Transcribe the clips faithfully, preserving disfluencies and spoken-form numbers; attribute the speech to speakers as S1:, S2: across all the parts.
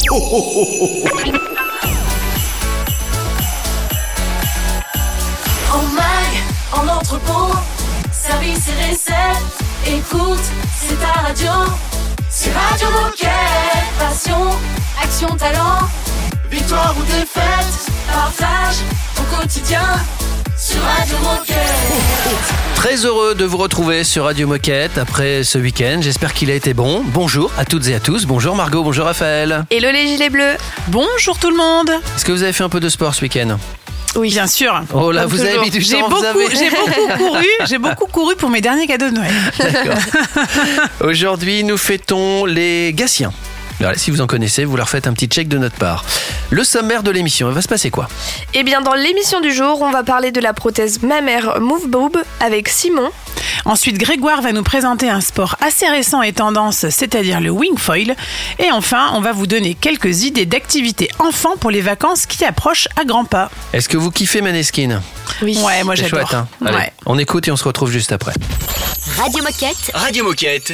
S1: En mag, en entrepôt, service et recettes, écoute, c'est ta radio. C'est Radio Moquette. Passion, action, talent, victoire ou défaite, partage ton quotidien sur Radio Moquette.
S2: Très heureux de vous retrouver sur Radio Moquette après ce week-end. J'espère qu'il a été bon. Bonjour à toutes et à tous. Bonjour Margot, bonjour Raphaël.
S3: Hello les gilets bleus.
S4: Bonjour tout le monde.
S2: Est-ce que vous avez fait un peu de sport ce week-end ?
S4: Oui, bien sûr.
S2: Oh là,
S4: Comme
S2: vous
S4: toujours.
S2: avez mis du
S4: j'ai
S2: temps,
S4: beaucoup,
S2: vous avez...
S4: j'ai beaucoup couru. J'ai beaucoup couru pour mes derniers cadeaux de Noël.
S2: D'accord. Aujourd'hui, nous fêtons les Gassiens. Alors, si vous en connaissez, vous leur faites un petit check de notre part. Le sommaire de l'émission, il va se passer quoi ?
S3: Eh bien, dans l'émission du jour, on va parler de la prothèse mammaire Move Boob avec Simon.
S4: Ensuite, Grégoire va nous présenter un sport assez récent et tendance, c'est-à-dire le wingfoil. Et enfin, on va vous donner quelques idées d'activités enfants pour les vacances qui approchent à grands pas.
S2: Est-ce que vous kiffez Maneskin ?
S4: Oui. Ouais, moi
S2: C'est
S4: j'adore.
S2: chouette, hein ? Allez,
S4: Ouais.
S2: on écoute et on se retrouve juste après.
S5: Radio Moquette.
S6: Radio Moquette.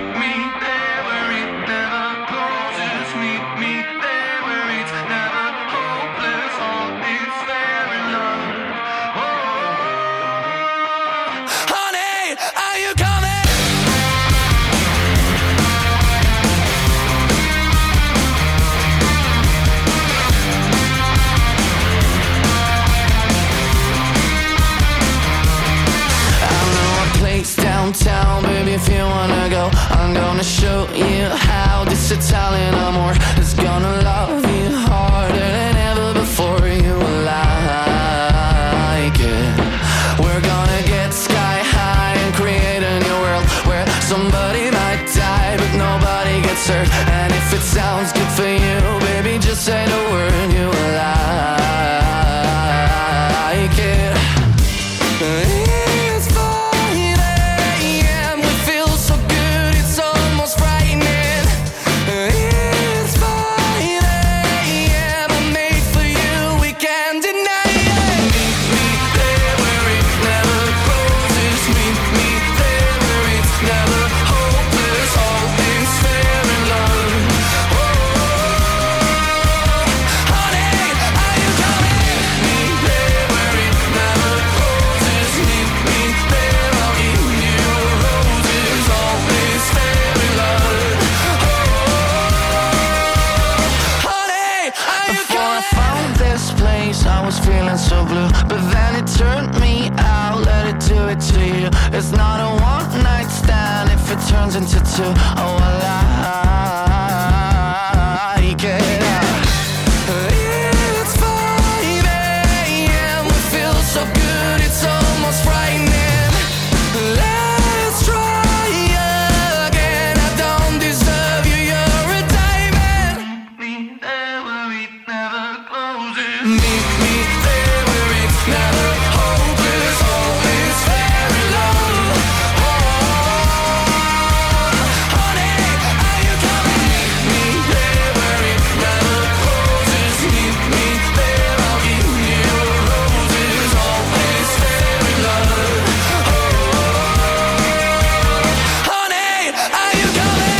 S7: Downtown, baby, if you wanna go, I'm gonna show you how this Italian amor is gonna love you harder than ever before. You will like it. We're gonna get sky high and create a new world where somebody might die but nobody gets hurt. And if it sounds good for you, baby, just say the word. You will like it. So blue, but then it turned me out. Let it do it to you. It's not a one night stand if it turns into two. Oh, I like it. It's five a.m. We feel so good, it's almost frightening. Let's try again. I don't deserve you, you're a diamond. Meet me there where it never closes. Meet me there where it's never hopeless. Always fair in love. Oh, honey, are you coming? Meet me there where it never closes. Meet me there, I'll give you roses. Always fair in love. Oh, honey, are you coming?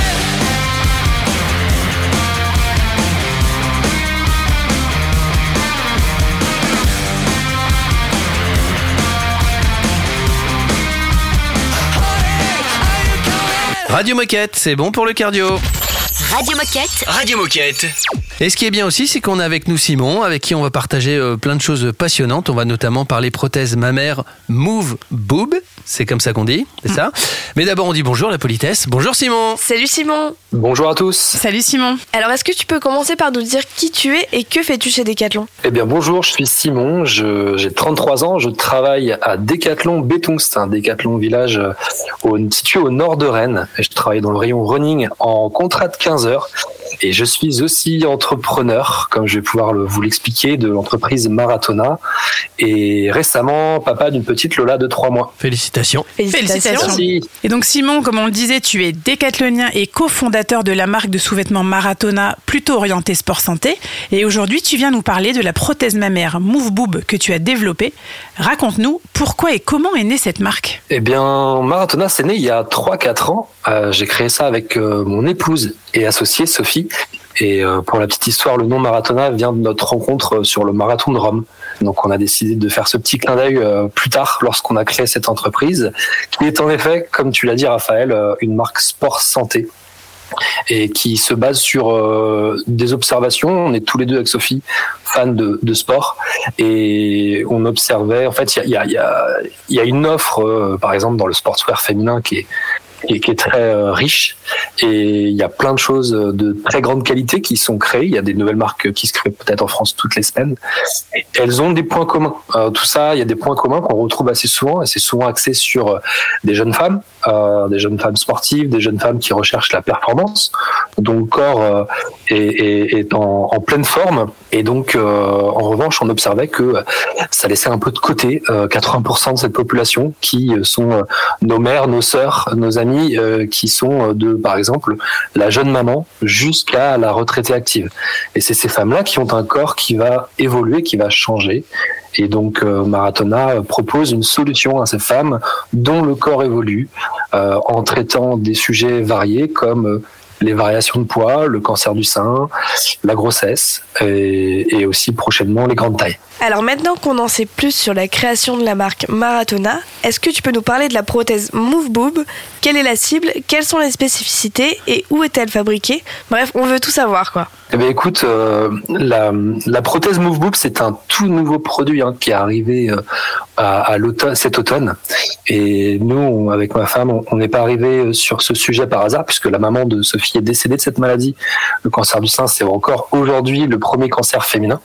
S2: Radio Moquette, c'est bon pour le cardio.
S5: Radio Moquette.
S6: Radio Moquette.
S2: Et ce qui est bien aussi, c'est qu'on a avec nous Simon, avec qui on va partager euh, plein de choses passionnantes. On va notamment parler prothèse mammaire Move Boob. C'est comme ça qu'on dit, c'est ça. Mais d'abord, on dit bonjour, la politesse. Bonjour Simon.
S3: Salut Simon.
S8: Bonjour à tous.
S4: Salut Simon.
S3: Alors, est-ce que tu peux commencer par nous dire qui tu es et que fais-tu chez Decathlon ?
S8: Eh bien bonjour, je suis Simon, je, j'ai trente-trois ans, je travaille à Decathlon Bétungst, un Decathlon village au, situé au nord de Rennes. Et je travaille dans le rayon running en contrat de quinze heures. Et je suis aussi entrepreneur, comme je vais pouvoir le, vous l'expliquer, de l'entreprise Maratona. Et récemment, papa d'une petite Lola de trois mois.
S2: Félicitations. félicitations.
S3: Félicitations.
S8: Merci.
S4: Et donc Simon, comme on le disait, tu es décathlonien et cofondateur de la marque de sous-vêtements Maratona, plutôt orientée sport santé. Et aujourd'hui, tu viens nous parler de la prothèse mammaire Move Boob que tu as développée. Raconte-nous pourquoi et comment est née cette marque.
S8: Eh bien, Maratona, c'est né il y a trois quatre ans. Euh, j'ai créé ça avec euh, mon épouse et associée Sophie. Et euh, pour la petite histoire, le nom Maratona vient de notre rencontre sur le marathon de Rome. Donc on a décidé de faire ce petit clin d'œil euh, plus tard lorsqu'on a créé cette entreprise, qui est en effet, comme tu l'as dit Raphaël, euh, une marque sport santé et qui se base sur euh, des observations. On est tous les deux avec Sophie fans de, de sport et on observait, en fait, il y a, y, a, y a une offre, euh, par exemple, dans le sportswear féminin qui est et qui est très euh, riche, et il y a plein de choses de très grande qualité qui sont créées. Il y a des nouvelles marques qui se créent peut-être en France toutes les semaines. Et elles ont des points communs. Euh, tout ça, il y a des points communs qu'on retrouve assez souvent, et c'est souvent axé sur euh, des jeunes femmes, euh, des jeunes femmes sportives, des jeunes femmes qui recherchent la performance, dont le corps euh, est, est, est en, en pleine forme. Et donc, euh, en revanche, on observait que ça laissait un peu de côté euh, quatre-vingts pour cent de cette population qui sont euh, nos mères, nos sœurs, nos amis, euh, qui sont de, par exemple, la jeune maman jusqu'à la retraitée active. Et c'est ces femmes-là qui ont un corps qui va évoluer, qui va changer. Et donc, euh, Maratona propose une solution à ces femmes dont le corps évolue euh, en traitant des sujets variés comme euh, les variations de poids, le cancer du sein, la grossesse et, et aussi prochainement les grandes tailles.
S3: Alors maintenant qu'on en sait plus sur la création de la marque Maratona, est-ce que tu peux nous parler de la prothèse Move Boob ? Quelle est la cible ? Quelles sont les spécificités ? Et où est-elle fabriquée ? Bref, on veut tout savoir, quoi.
S8: Eh bien, écoute, euh, la, la prothèse Move Boob, c'est un tout nouveau produit hein, qui est arrivé euh, à, à l'automne, cet automne. Et nous, on, avec ma femme, on n'est pas arrivé sur ce sujet par hasard, puisque la maman de Sophie est décédée de cette maladie. Le cancer du sein, c'est encore aujourd'hui le premier cancer féminin.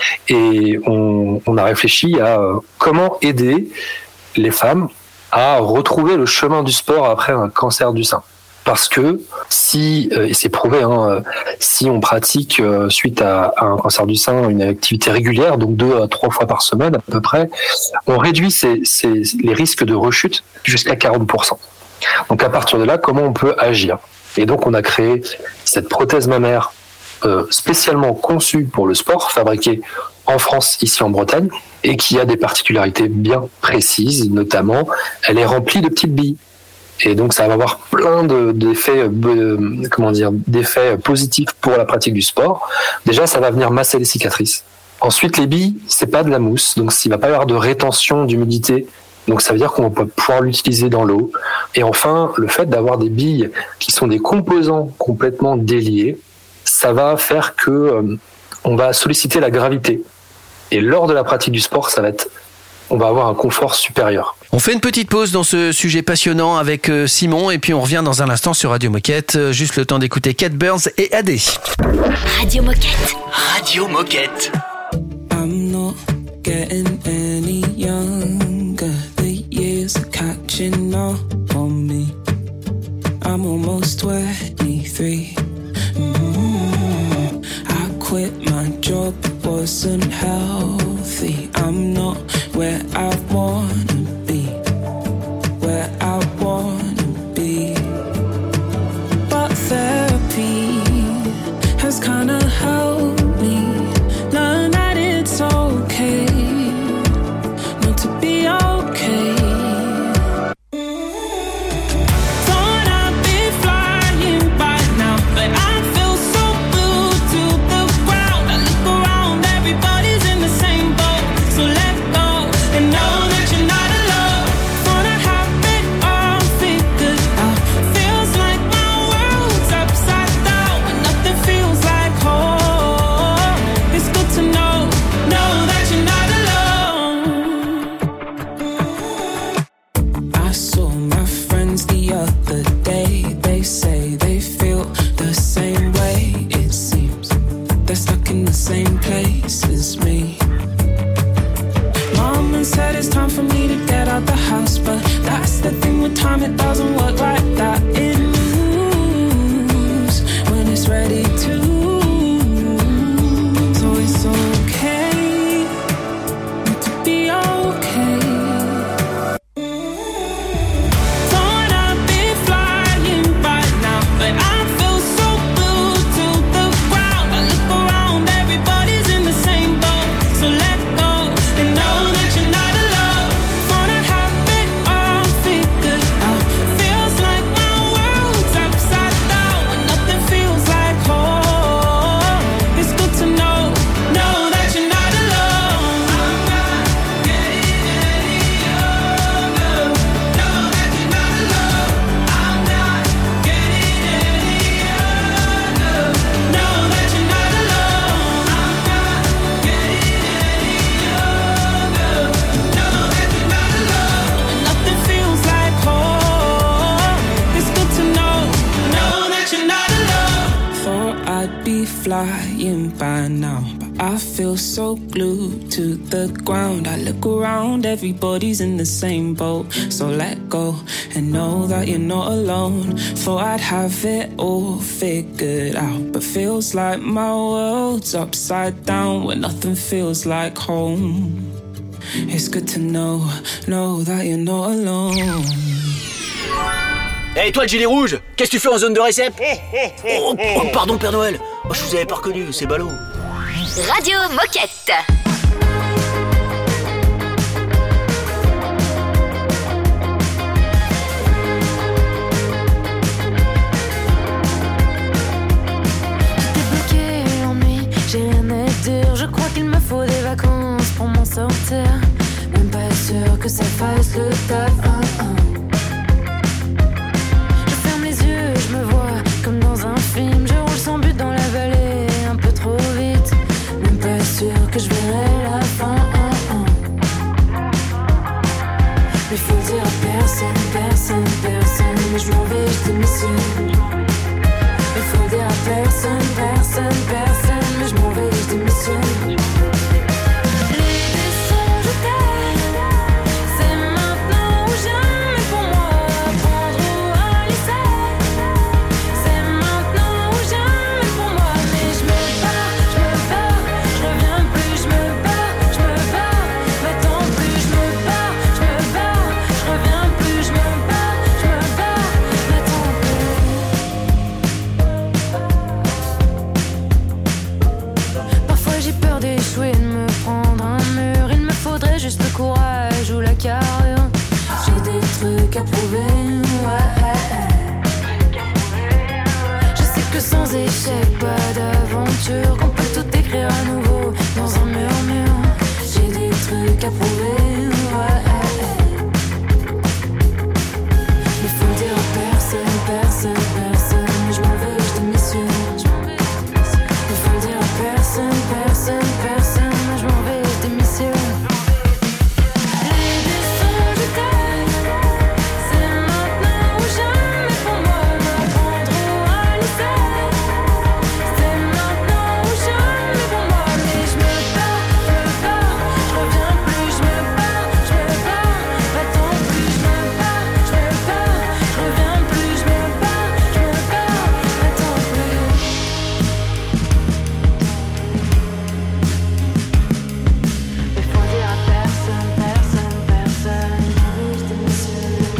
S8: Et on, on a réfléchi à euh, comment aider les femmes à retrouver le chemin du sport après un cancer du sein. Parce que si, et c'est prouvé, hein, si on pratique suite à, à un cancer du sein une activité régulière, donc deux à trois fois par semaine à peu près, on réduit ces, ces, les risques de rechute jusqu'à quarante pour cent. Donc à partir de là, comment on peut agir ? Et donc on a créé cette prothèse mammaire euh, spécialement conçue pour le sport, fabriquée en France, ici en Bretagne, et qui a des particularités bien précises, notamment elle est remplie de petites billes. Et donc ça va avoir plein de, d'effets, euh, comment dire, d'effets positifs pour la pratique du sport. Déjà, ça va venir masser les cicatrices. Ensuite, les billes, c'est pas de la mousse, donc il va pas y avoir de rétention d'humidité. Donc ça veut dire qu'on va pouvoir l'utiliser dans l'eau. Et enfin, le fait d'avoir des billes qui sont des composants complètement déliés, ça va faire que euh, on va solliciter la gravité. Et lors de la pratique du sport, ça va être, on va avoir un confort supérieur.
S2: On fait une petite pause dans ce sujet passionnant avec Simon et puis on revient dans un instant sur Radio Moquette. Juste le temps d'écouter Cat Burns et A D.
S5: Radio Moquette.
S2: Radio Moquette.
S6: I'm not getting any younger. The years are catching up on me. I'm almost twenty-three. Mm-hmm. I quit my job, it wasn't healthy. I'm not where I wanna be, where I wanna be. But therapy has kinda helped me learn that it's okay not to be okay. Thought I'd be flying by now, but I feel so glued to the ground. I look around, everybody's in the same boat, so let go and know that you're not alone. Thought I have it all figured out. Feels like my world's upside down, and nothing feels like home. flying by now, but I feel so glued to the ground. I look around, everybody's in the same boat. So let go and know that you're not alone. Thought I'd have it all figured out, but feels like my world's upside down when nothing feels like home. It's good to know, know that you're not alone.
S9: Eh hey, toi le gilet rouge, qu'est-ce que tu fais en zone de récep? oh, oh pardon Père Noël, oh, je vous avais pas reconnu, c'est ballot.
S5: Radio Moquette.
S1: J'ai rien à dire, je crois qu'il me faut des vacances pour m'en sortir. Même pas sûr que ça fasse le taf. uh, uh. Je ferme les yeux, je me vois comme dans un film. Je roule sans but dans la vallée, un peu trop vite. Même pas sûr que je verrai la fin. uh, uh. Mais faut le dire à personne, personne, personne. Mais je m'en vais, je démissionne. Il faut le dire à personne, personne, personne. Mais je m'en vais, je démissionne. Les dessins, je t'aime. C'est maintenant ou jamais pour moi. Apprendre ou à lycée. C'est maintenant ou jamais pour moi. Mais je me bats, je me bats. Je reviens plus, je me bats, je me bats. Mais tant plus, je me bats, je me bats. Je reviens plus, je me bats, je me bats. Mais tant plus. Parfois j'ai peur d'échouer, de me prendre un mur. Il me faudrait juste le courage ou la carrure. J'ai des trucs à prouver, ouais. Je sais que sans échec, pas d'aventure. Qu'on peut tout écrire à nouveau dans un murmure. J'ai des trucs à prouver, ouais. Il faut le dire à personne, personne, personne. Mais je m'en vais, je démissionne. Il faut le dire à personne, personne, personne. Mais je m'en vais, je démissionne. Les dessins, je t'aime. C'est maintenant ou jamais pour moi. M'apprendre ou à lycée. C'est maintenant ou jamais pour moi. Mais je me bats, je me bats. Je reviens plus, je me bats, je me bats. Pas tant plus, je me bats, je me bats. Je reviens plus, je me bats, je me bats. Pas tant plus. Il faut dire à personne, personne, personne. Je démissionne.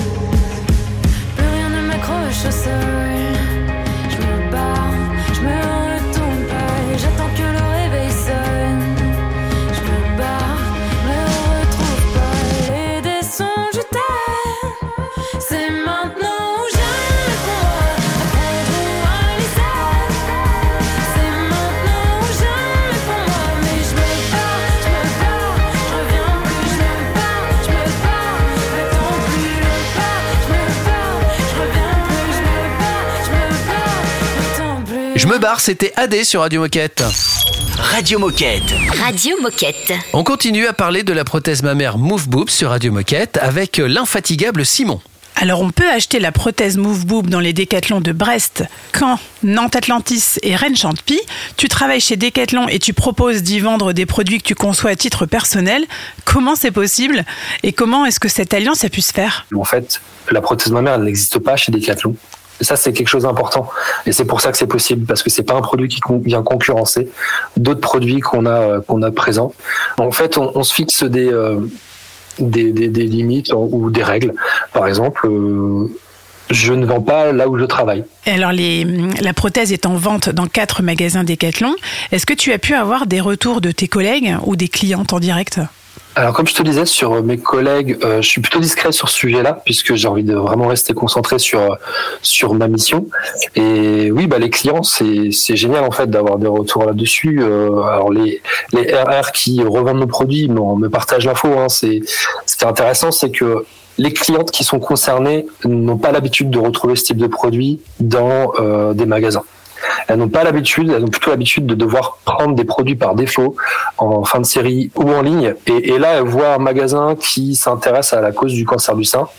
S1: Plus rien ne m'accroche au sol. Je me bats, je me retourne pas. Et j'attends que le réveil sonne. Je me bats, me retrouve pas. Les dessins, je t'aime. C'est maintenant ou jamais pour moi. Apprendre ou à lycée. C'est maintenant ou jamais pour moi. Mais je me bats, je me bats. Je reviens plus, je me bats, je me bats. Mais tant plus, je me bats, je me bats. Je reviens plus, je me bats, je me bats. Mais tant plus.
S2: Je me barre, c'était A D sur Radio Moquette.
S9: Radio Moquette.
S5: Radio Moquette.
S2: On continue à parler de la prothèse mammaire Move Boob sur Radio Moquette avec l'infatigable Simon.
S4: Alors, on peut acheter la prothèse Move Boob dans les Décathlon de Brest, Caen, Nantes Atlantis et Rennes Champy. Tu travailles chez Décathlon et tu proposes d'y vendre des produits que tu conçois à titre personnel. Comment c'est possible et comment est-ce que cette alliance a pu se faire?
S8: En fait, la prothèse mammaire, elle n'existe pas chez Decathlon. Et ça, c'est quelque chose d'important. Et c'est pour ça que c'est possible, parce que c'est pas un produit qui con- vient concurrencer d'autres produits qu'on a, euh, qu'on a présents. En fait, on, on se fixe des, euh, des, des, des limites ou des règles. Par exemple, euh, je ne vends pas là où je travaille.
S4: Et alors, les, la prothèse est en vente dans quatre magasins Décathlon. Est-ce que tu as pu avoir des retours de tes collègues ou des clientes en direct?
S8: Alors, comme je te disais, sur mes collègues, euh, je suis plutôt discret sur ce sujet-là, puisque j'ai envie de vraiment rester concentré sur sur ma mission. Et oui, bah les clients, c'est c'est génial en fait d'avoir des retours là-dessus. Euh, alors les les R R qui revendent nos produits, mais on me partage l'info. Hein, c'est ce qui est intéressant, c'est que les clientes qui sont concernées n'ont pas l'habitude de retrouver ce type de produit dans euh, des magasins. Elles n'ont pas l'habitude, elles ont plutôt l'habitude de devoir prendre des produits par défaut en fin de série ou en ligne. Et, et là, elles voient un magasin qui s'intéresse à la cause du cancer du sein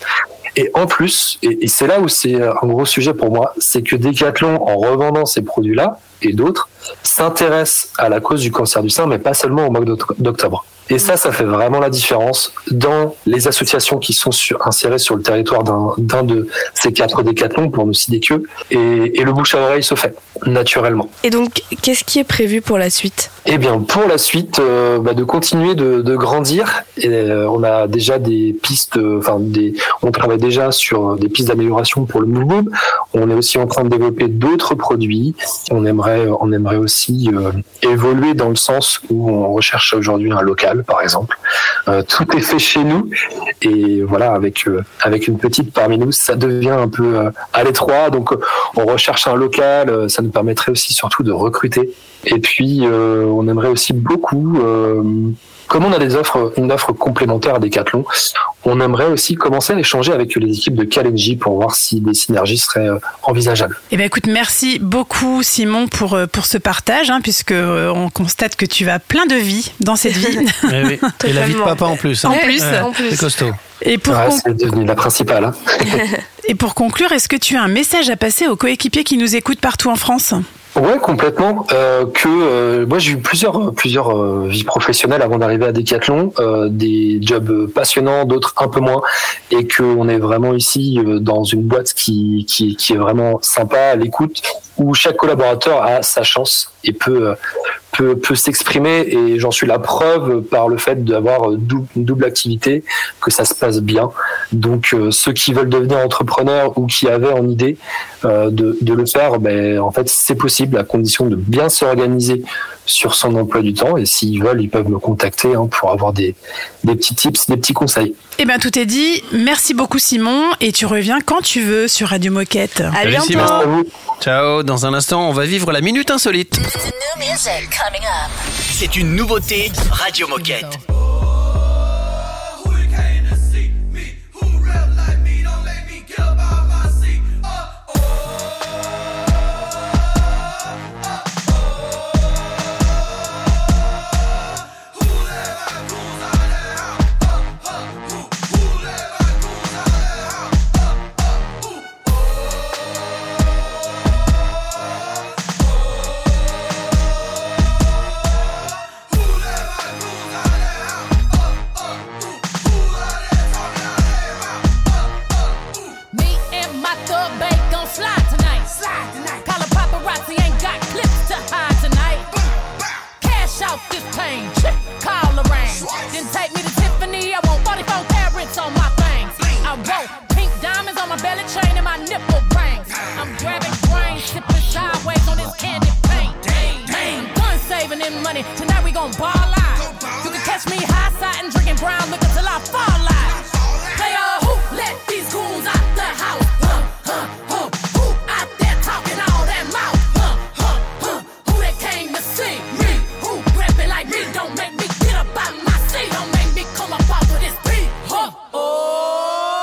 S8: Et en plus, et, et c'est là où c'est un gros sujet pour moi, c'est que Decathlon, en revendant ces produits-là et d'autres, s'intéresse à la cause du cancer du sein, mais pas seulement au mois d'octobre. Et ça, ça fait vraiment la différence dans les associations qui sont sur, insérées sur le territoire d'un, d'un de ces quatre décathlons, pour ne citer que, et, et le bouche à oreille se fait naturellement.
S3: Et donc, qu'est-ce qui est prévu pour la suite ?
S8: Eh bien, pour la suite, euh, bah, de continuer de, de grandir. Et, euh, on a déjà des pistes, enfin euh, des, on travaille déjà sur des pistes d'amélioration pour le Move Boob. On est aussi en train de développer d'autres produits. On aimerait, on aimerait aussi euh, évoluer dans le sens où on recherche aujourd'hui un local, par exemple. Euh, tout est fait chez nous, et voilà, avec euh, avec une petite parmi nous, ça devient un peu euh, à l'étroit. Donc, euh, on recherche un local. Euh, ça nous permettrait aussi surtout de recruter. Et puis, euh, on aimerait aussi beaucoup, euh, comme on a des offres, une offre complémentaire à Decathlon, on aimerait aussi commencer à échanger avec les équipes de Kalenji pour voir si des synergies seraient euh, envisageables.
S4: Eh ben écoute, merci beaucoup Simon pour pour ce partage, hein, puisque euh, on constate que tu as plein de vie dans cette vie.
S2: Eh oui. Et la vie de papa en plus. Hein.
S4: En plus,
S2: ouais,
S3: en plus.
S2: C'est costaud.
S4: Et pour
S8: Ouais,
S4: con-
S8: c'est devenu la principale. Hein.
S4: et pour conclure, est-ce que tu as un message à passer aux coéquipiers qui nous écoutent partout en France ?
S8: Ouais, complètement. Euh, que euh, moi j'ai eu plusieurs plusieurs euh, vies professionnelles avant d'arriver à Decathlon, euh, des jobs passionnants, d'autres un peu moins, et que on est vraiment ici euh, dans une boîte qui qui qui est vraiment sympa à l'écoute, où chaque collaborateur a sa chance et peut euh, peut peut s'exprimer, et j'en suis la preuve par le fait d'avoir dou- une double activité, que ça se passe bien. Donc euh, ceux qui veulent devenir entrepreneurs ou qui avaient en idée euh, de de le faire, ben en fait c'est possible, à condition de bien s'organiser sur son emploi du temps. Et s'ils veulent, ils peuvent me contacter hein, pour avoir des, des petits tips, des petits conseils.
S4: Eh bien, tout est dit. Merci beaucoup, Simon. Et tu reviens quand tu veux sur Radio Moquette.
S3: À
S2: Salut,
S3: bientôt.
S2: Simon.
S8: À vous.
S2: Ciao, dans un instant, on va vivre la Minute Insolite.
S9: C'est une nouveauté Radio Moquette.
S10: Me and my thug babe gon' slide tonight. Slide tonight. Call a paparazzi, ain't got clips to hide tonight. Cash out this pain, chip, call the rain. Then take me to Tiffany, I want forty-four carats on my things. I roll pink diamonds on my belly chain and my nipple rings. I'm grabbing brains, sipping sideways on this candy paint. I'm done saving them money, tonight we gon' ball out. You can catch me high side and drinking brown liquor till I fall out. Hey, uh, who let these goons out the house? Huh, huh, huh. Who out there talking all that mouth? Huh, huh, huh. Who that came to see me? Who rapping like me? Don't make me get up out my seat. Don't make me come up off of this beat. Huh, oh.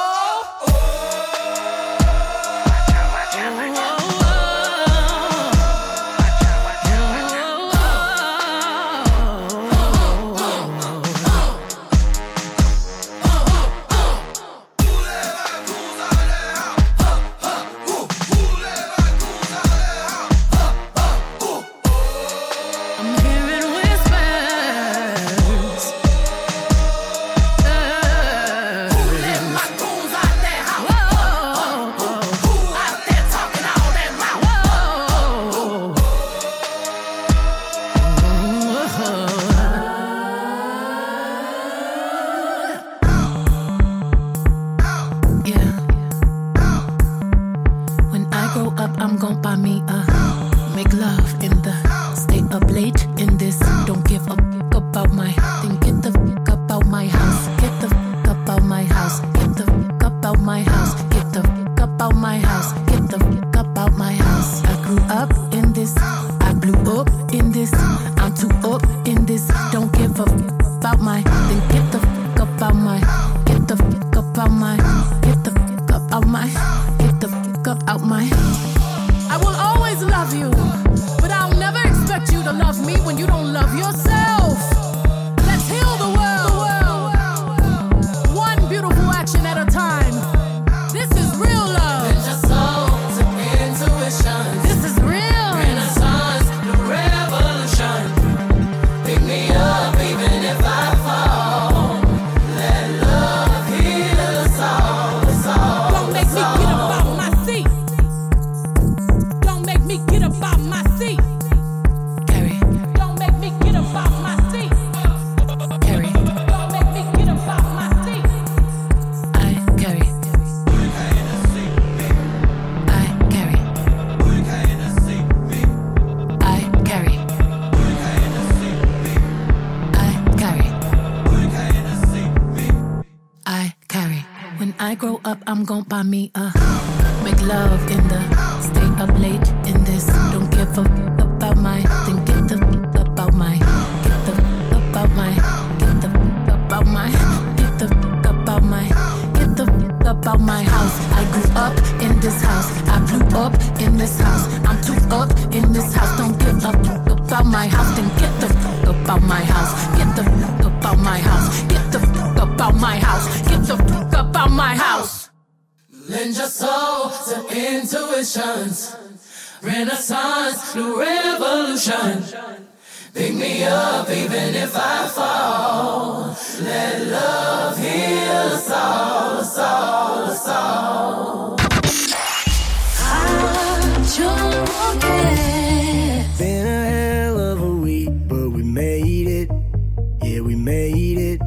S10: I'm hearing whispers. Who let my goons out that house? Who out there talking all that mouth? Yeah. When I grow up, I'm gon' buy me a make love in the stay up late in this. Don't give a fuck about my then get the fuck up out my house. Get the fuck up out my house. Get the fuck up out my house. Get the fuck up out my house. Get the fuck up out my house. I grew up in this. I blew up in this. I'm too up in this. Don't give a fuck about my then get the fuck up out my. Get the fuck up out my. Get the fuck up out my. Get the fuck up out my. I will always love you, but I'll never expect you to love me when you don't love yourself. Let's heal the world, one beautiful action at a time. grow up, I'm gon' buy me a make love in the stay up late in this. Don't give a f- about my then get the f- about my get the f- about my get the f- about my get the f- about my get the f- about my house. I grew up in this house. I blew up in this house. I'm too up in this house. Don't give a f- about my house. Then get the f- about my house. Get the f- about my house. Get the f- about my house. Get the f- about my house.
S6: Lend your soul to intuitions. Renaissance, new revolution. Pick me up even if I fall. Let love heal us all, us all, us all.
S11: Been a hell of a week, but we made it. Yeah, we made it.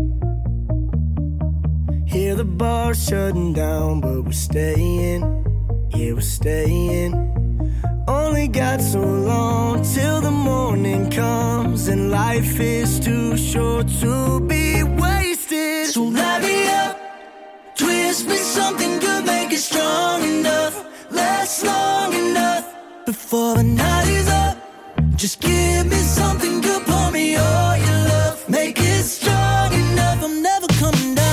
S11: Hear the bar shutting down, but we're staying. Yeah, we're staying. Only got so long till the morning comes, and life is too short to be wasted. So light me up, twist me something good, make it strong enough, last long enough before the night is up. Just give me something good, pour me all your love, make it strong enough. I'm never coming down.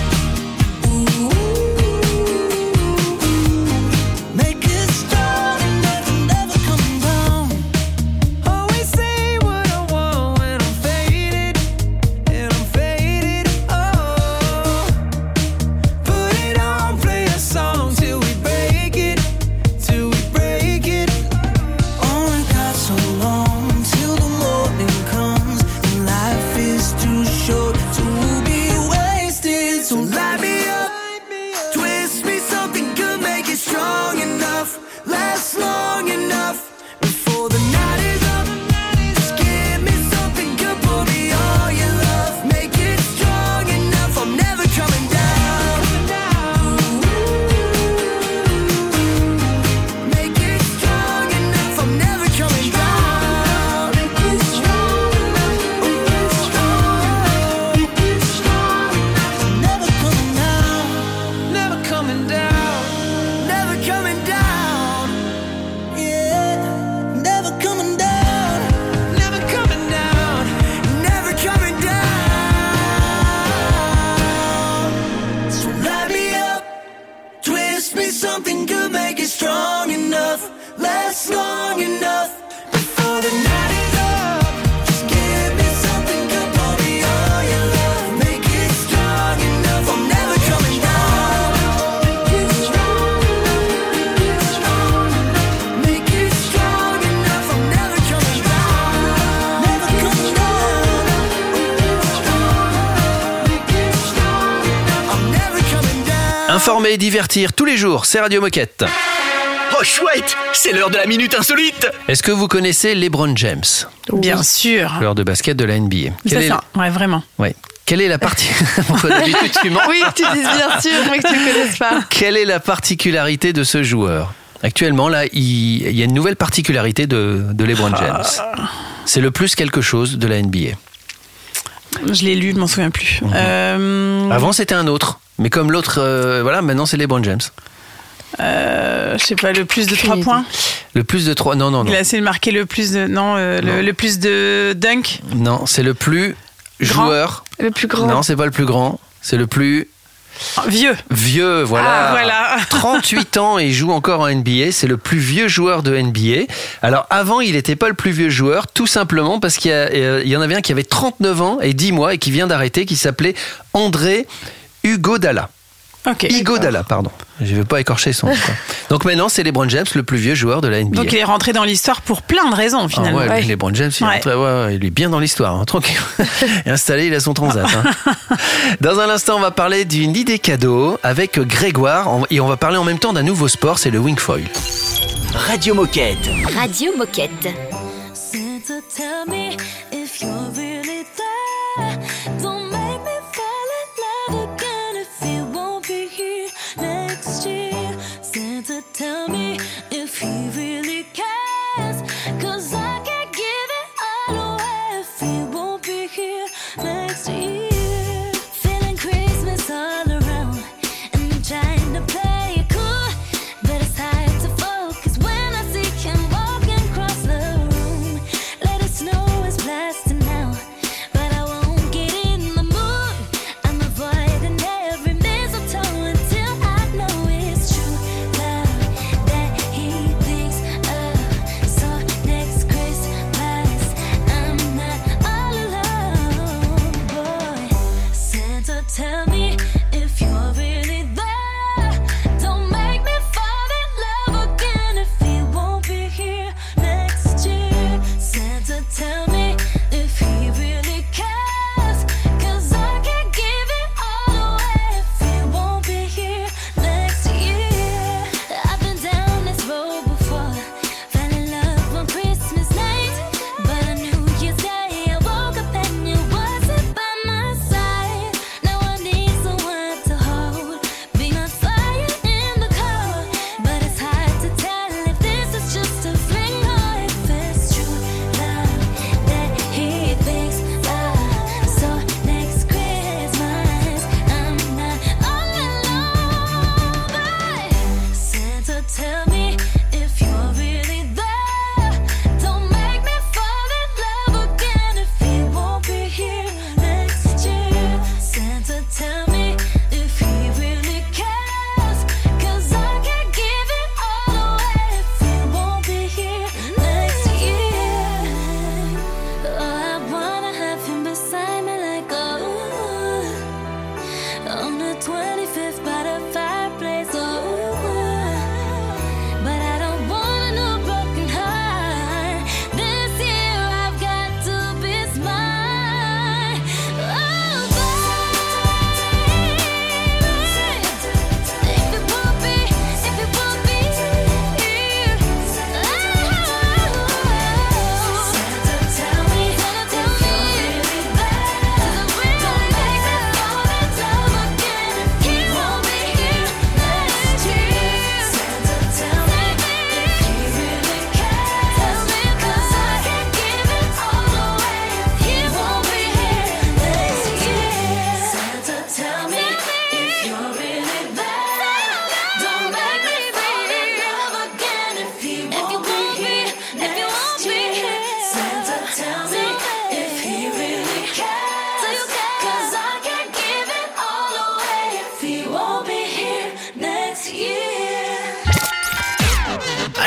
S2: Informer et divertir tous les jours, c'est Radio Moquette.
S9: Oh chouette, c'est l'heure de la minute insolite.
S2: Est-ce que vous connaissez LeBron James?
S4: Bien sûr.
S2: Joueur de basket de la N B A.
S4: C'est
S2: Quelle est
S4: ça, ouais, vraiment.
S2: Ouais. Quelle est la partie Pourquoi d'habitude tu mens?
S3: Oui, tu dis bien sûr, mais que tu ne connaisses pas.
S2: Quelle est la particularité de ce joueur? Actuellement, là, il, il y a une nouvelle particularité de, de LeBron James. C'est le plus quelque chose de la N B A.
S4: Je l'ai lu, je m'en souviens plus.
S2: Mmh.
S4: Euh...
S2: Avant, c'était un autre. Mais comme l'autre, euh, voilà, maintenant, c'est LeBron James.
S4: Euh, je sais pas, le plus de trois points.
S2: Le plus de trois, non, non, non.
S4: Il a essayé de marquer le plus de, non, euh,
S2: non.
S4: Le, le plus de dunk.
S2: Non, c'est le plus
S4: grand.
S2: joueur.
S3: Le plus grand.
S2: Non, c'est pas le plus grand. C'est le plus
S4: vieux.
S2: Vieux, voilà.
S4: Ah, voilà.
S2: trente-huit ans et il joue encore en N B A. C'est le plus vieux joueur de N B A. Alors avant, il n'était pas le plus vieux joueur, tout simplement parce qu'il y, a, euh, il y en avait un qui avait trente-neuf ans et dix mois et qui vient d'arrêter, qui s'appelait André Iguodala.
S4: Ok.
S2: Iguodala, pardon. Je ne vais pas écorcher son nom. Donc maintenant, c'est LeBron James, le plus vieux joueur de la N B A.
S4: Donc il est rentré dans l'histoire pour plein de raisons, finalement.
S2: Ah ouais, ouais. LeBron James, il,
S4: ouais.
S2: est rentré, ouais, ouais, il est bien dans l'histoire. Hein, tranquille. Il est installé, il a son transat. Hein. Dans un instant, on va parler d'une idée cadeau avec Grégoire. Et on va parler en même temps d'un nouveau sport, c'est le wing foil.
S9: Radio Moquette.
S5: Radio Moquette.
S1: Santa, tell me if you're really there. Don't make me fall in love again if you won't be here next year. Santa, tell me if he really cares. Cause I can't give it all away if he won't be here next year. Feeling Christmas all around, and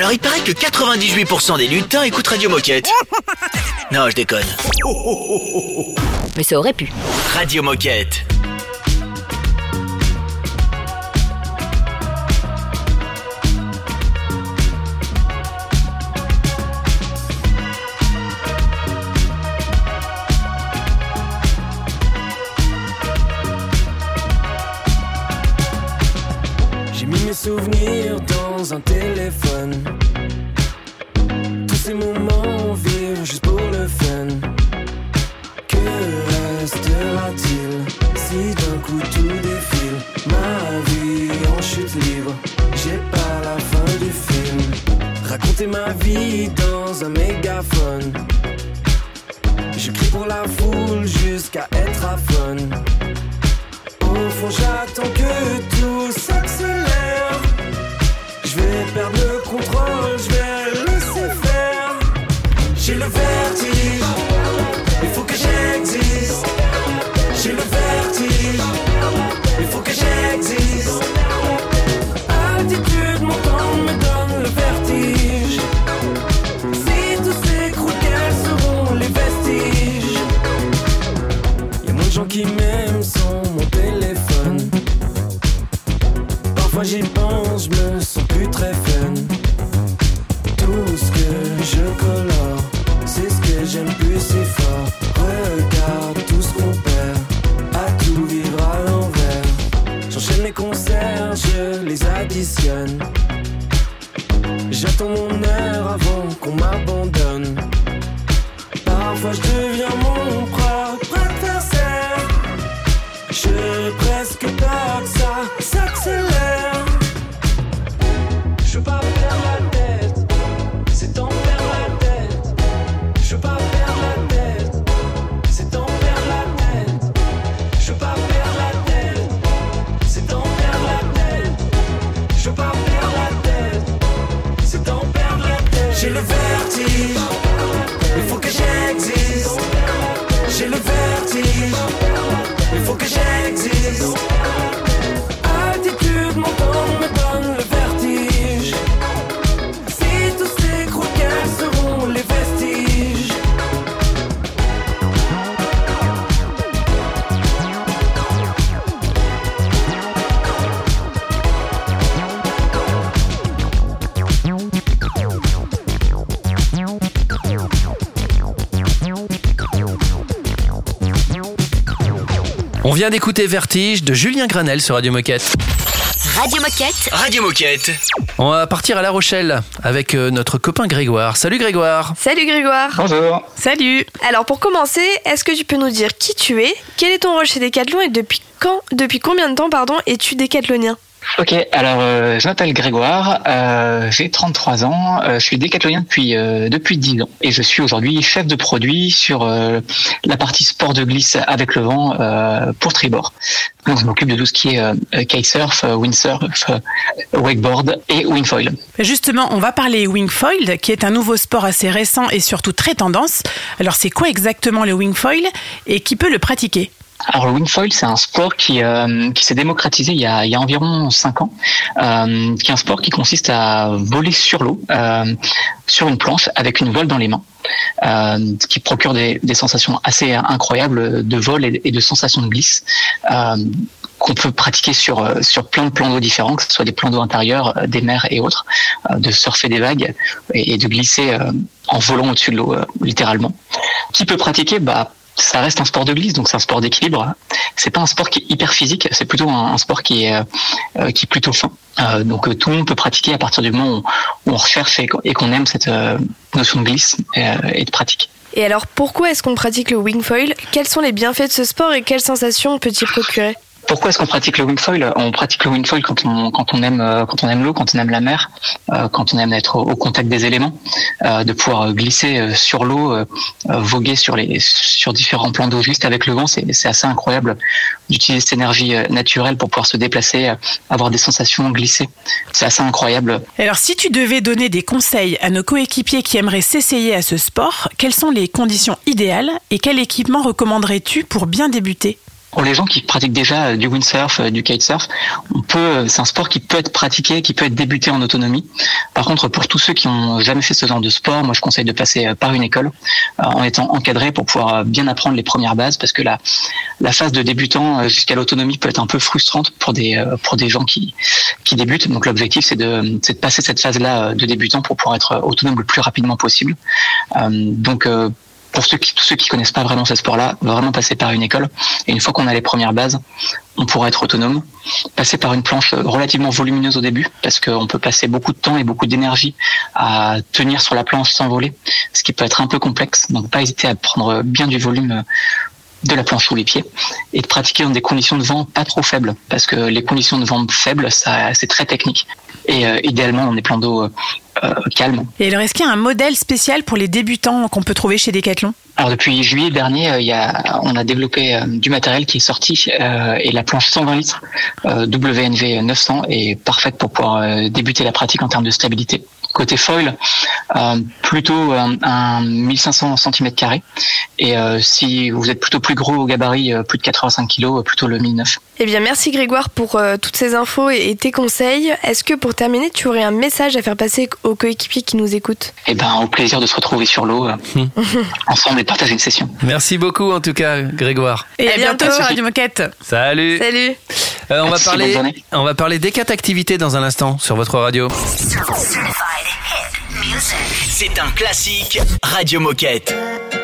S9: Alors il paraît que quatre-vingt-dix-huit pour cent des lutins écoutent Radio Moquette. Non, je déconne.
S5: Mais ça aurait pu.
S9: Radio Moquette.
S11: J'ai mis mes souvenirs dans un téléphone. Tous ces moments vivre juste pour le fun. Que restera-t-il si d'un coup tout défile? Ma vie en chute libre, j'ai pas la fin du film. Raconter ma vie dans un mégaphone. Je crie pour la foule jusqu'à être aphone. Au fond j'attends que tout s'accélère. Je vais perdre le contrôle, je vais laisser faire. J'ai le vertige, il faut que j'existe. J'ai le vertige, il faut que j'existe. Altitude montante me donne le vertige. Si tout s'écroule, quels seront les vestiges? Y'a moins de gens qui m'aiment sans mon téléphone. Parfois j'y pense, je me sens plus très fun. Tout ce que je colore, c'est ce que j'aime plus si fort. Regarde tout ce qu'on perd, à tout vivre à l'envers. J'enchaîne les concerts, je les additionne. J'attends mon heure avant qu'on m'abandonne. Parfois je deviens mon propre adversaire. Je veux presque pas que ça s'accélère. Je veux pas perdre la tête, c'est en perdre la tête. Je veux pas perdre la tête, c'est en perdre la tête. Je veux pas perdre la tête, c'est en perdre la tête. Je veux pas perdre la tête, c'est en perdre la tête. J'ai le vertige, il faut que j'existe. J'ai le vertige, il faut que j'existe. Altitude montante me donne le vertige. Si tout s'écroule, quels seront les vestiges?
S2: On vient d'écouter Vertige de Julien Granel sur Radio Moquette.
S5: Radio Moquette.
S9: Radio Moquette.
S2: On va partir à La Rochelle avec euh, notre copain Grégoire. Salut Grégoire.
S3: Salut Grégoire.
S12: Bonjour.
S4: Salut.
S3: Alors pour commencer, est-ce que tu peux nous dire qui tu es, quel est ton rôle chez Decathlon et depuis quand, depuis combien de temps pardon, es-tu décathlonien?
S12: Ok, alors euh, je m'appelle Grégoire, euh, j'ai trente-trois ans, euh, je suis décathlonien depuis euh, depuis dix ans et je suis aujourd'hui chef de produit sur euh, la partie sport de glisse avec le vent euh, pour Tribord. Donc je m'occupe de tout ce qui est euh, kitesurf, euh, windsurf, euh, wakeboard et wingfoil.
S4: Justement, on va parler wingfoil, qui est un nouveau sport assez récent et surtout très tendance. Alors c'est quoi exactement le wingfoil et qui peut le pratiquer?
S12: Alors le wingfoil, c'est un sport qui euh, qui s'est démocratisé il y a il y a environ cinq ans, euh, qui est un sport qui consiste à voler sur l'eau, euh, sur une planche avec une voile dans les mains, euh, qui procure des des sensations assez incroyables de vol et, et de sensations de glisse. Euh, qu'on peut pratiquer sur sur plein de plans d'eau différents, que ce soit des plans d'eau intérieurs, des mers et autres, euh, de surfer des vagues et, et de glisser euh, en volant au-dessus de l'eau, euh, littéralement. Qui peut pratiquer? Bah ça reste un sport de glisse, donc c'est un sport d'équilibre. C'est pas un sport qui est hyper physique, c'est plutôt un, un sport qui est euh, qui est plutôt fin. Euh, donc euh, tout le monde peut pratiquer à partir du moment où, où on recherche et, et qu'on aime cette euh, notion de glisse et, et de pratique.
S3: Et alors pourquoi est-ce qu'on pratique le wingfoil? Quels sont les bienfaits de ce sport et quelles sensations peut-il procurer?
S12: Pourquoi est-ce qu'on pratique le wingfoil? On pratique le wingfoil quand on quand on aime quand on aime l'eau, quand on aime la mer, euh, quand on aime être au, au contact des éléments, euh, de pouvoir glisser sur l'eau, euh, voguer sur les sur différents plans d'eau juste avec le vent. C'est c'est assez incroyable d'utiliser cette énergie naturelle pour pouvoir se déplacer, avoir des sensations glissées. C'est assez incroyable.
S4: Alors si tu devais donner des conseils à nos coéquipiers qui aimeraient s'essayer à ce sport, quelles sont les conditions idéales et quel équipement recommanderais-tu pour bien débuter?
S12: Pour les gens qui pratiquent déjà du windsurf, du kitesurf, on peut, c'est un sport qui peut être pratiqué, qui peut être débuté en autonomie. Par contre, pour tous ceux qui n'ont jamais fait ce genre de sport, moi je conseille de passer par une école en étant encadré pour pouvoir bien apprendre les premières bases, parce que la la phase de débutant jusqu'à l'autonomie peut être un peu frustrante pour des pour des gens qui qui débutent. Donc l'objectif c'est de c'est de passer cette phase-là de débutant pour pouvoir être autonome le plus rapidement possible. Euh, donc euh, Pour ceux qui, tous ceux qui connaissent pas vraiment ce sport-là, vraiment passer par une école. Et une fois qu'on a les premières bases, on pourra être autonome. Passer par une planche relativement volumineuse au début, parce qu'on peut passer beaucoup de temps et beaucoup d'énergie à tenir sur la planche sans voler, ce qui peut être un peu complexe. Donc pas hésiter à prendre bien du volume de la planche sous les pieds et de pratiquer dans des conditions de vent pas trop faibles, parce que les conditions de vent faibles, ça, c'est très technique. Et euh, idéalement dans des plans d'eau euh, calmes.
S4: Et alors, est-ce qu'il y a un modèle spécial pour les débutants qu'on peut trouver chez Decathlon ?
S12: Alors depuis juillet dernier, euh, il y a, on a développé euh, du matériel qui est sorti euh, et la planche cent vingt litres euh, W N V neuf cents est parfaite pour pouvoir euh, débuter la pratique en termes de stabilité. Côté foil, euh, plutôt un, un mille cinq cents centimètres carrés. Et euh, si vous êtes plutôt plus gros au gabarit, euh, plus de quatre-vingt-cinq kilos, euh, plutôt le mille neuf.
S3: Eh bien, merci Grégoire pour euh, toutes ces infos et, et tes conseils. Est-ce que pour terminer, tu aurais un message à faire passer aux coéquipiers qui nous écoutent ?
S12: Eh ben, au plaisir de se retrouver sur l'eau, euh, mmh. ensemble et partager une session.
S2: Merci beaucoup en tout cas, Grégoire.
S4: Et à, à bientôt, bientôt sur Radio Moquette.
S2: Salut.
S3: Salut.
S2: Euh, on, va parler, on va parler des quatre activités dans un instant sur votre radio.
S9: C'est un classique Radio Moquette.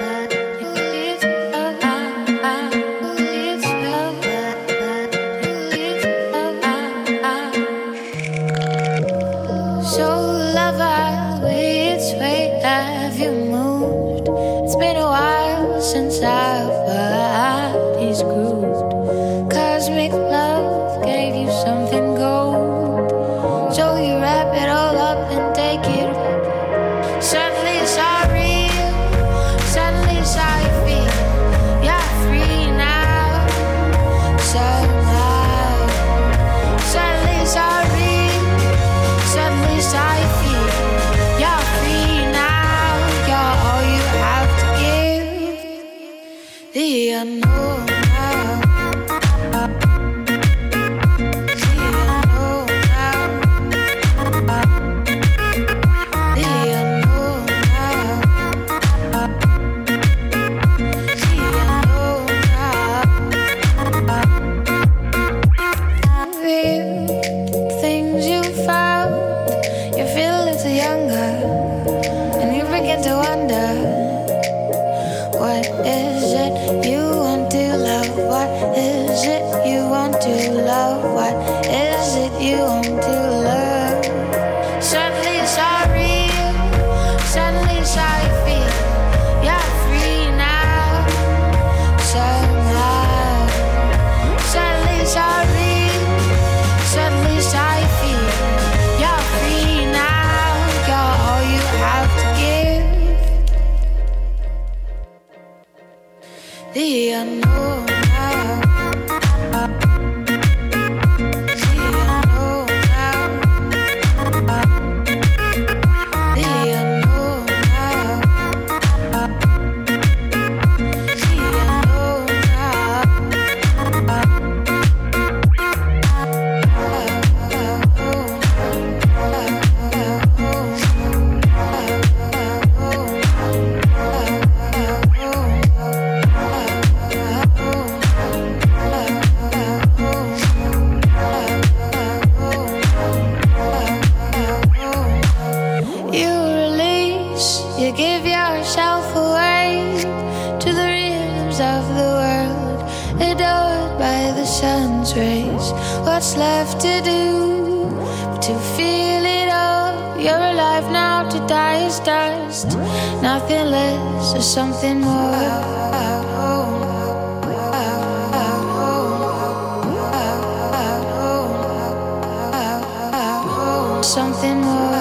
S1: Since our bodies grooved, cosmic love gave you something gold, so you wrap it all up and take it. Suddenly it's all real, suddenly it's all you feel. You're free now, somehow. Suddenly it's all real, suddenly it's all you feel. You're free now, you're all you have to give. The unknown now. The unknown now. The unknown now. The unknown now. The things you found, you feel a little younger, and you begin to wonder. What is it you want to love? What is it you want to love? What is it you want to love? Suddenly it's all real, suddenly it's all you feel. You're free now, somehow. Suddenly it's all real, suddenly it's all you feel. You're free now, you're all you have to give. The unknown now. The unknown now. The unknown now. The unknown You give yourself away to the rhythms of the world, adored by the sun's rays. What's left to do but to feel it all? You're alive now, to die is dust. Nothing less or something more. Something more.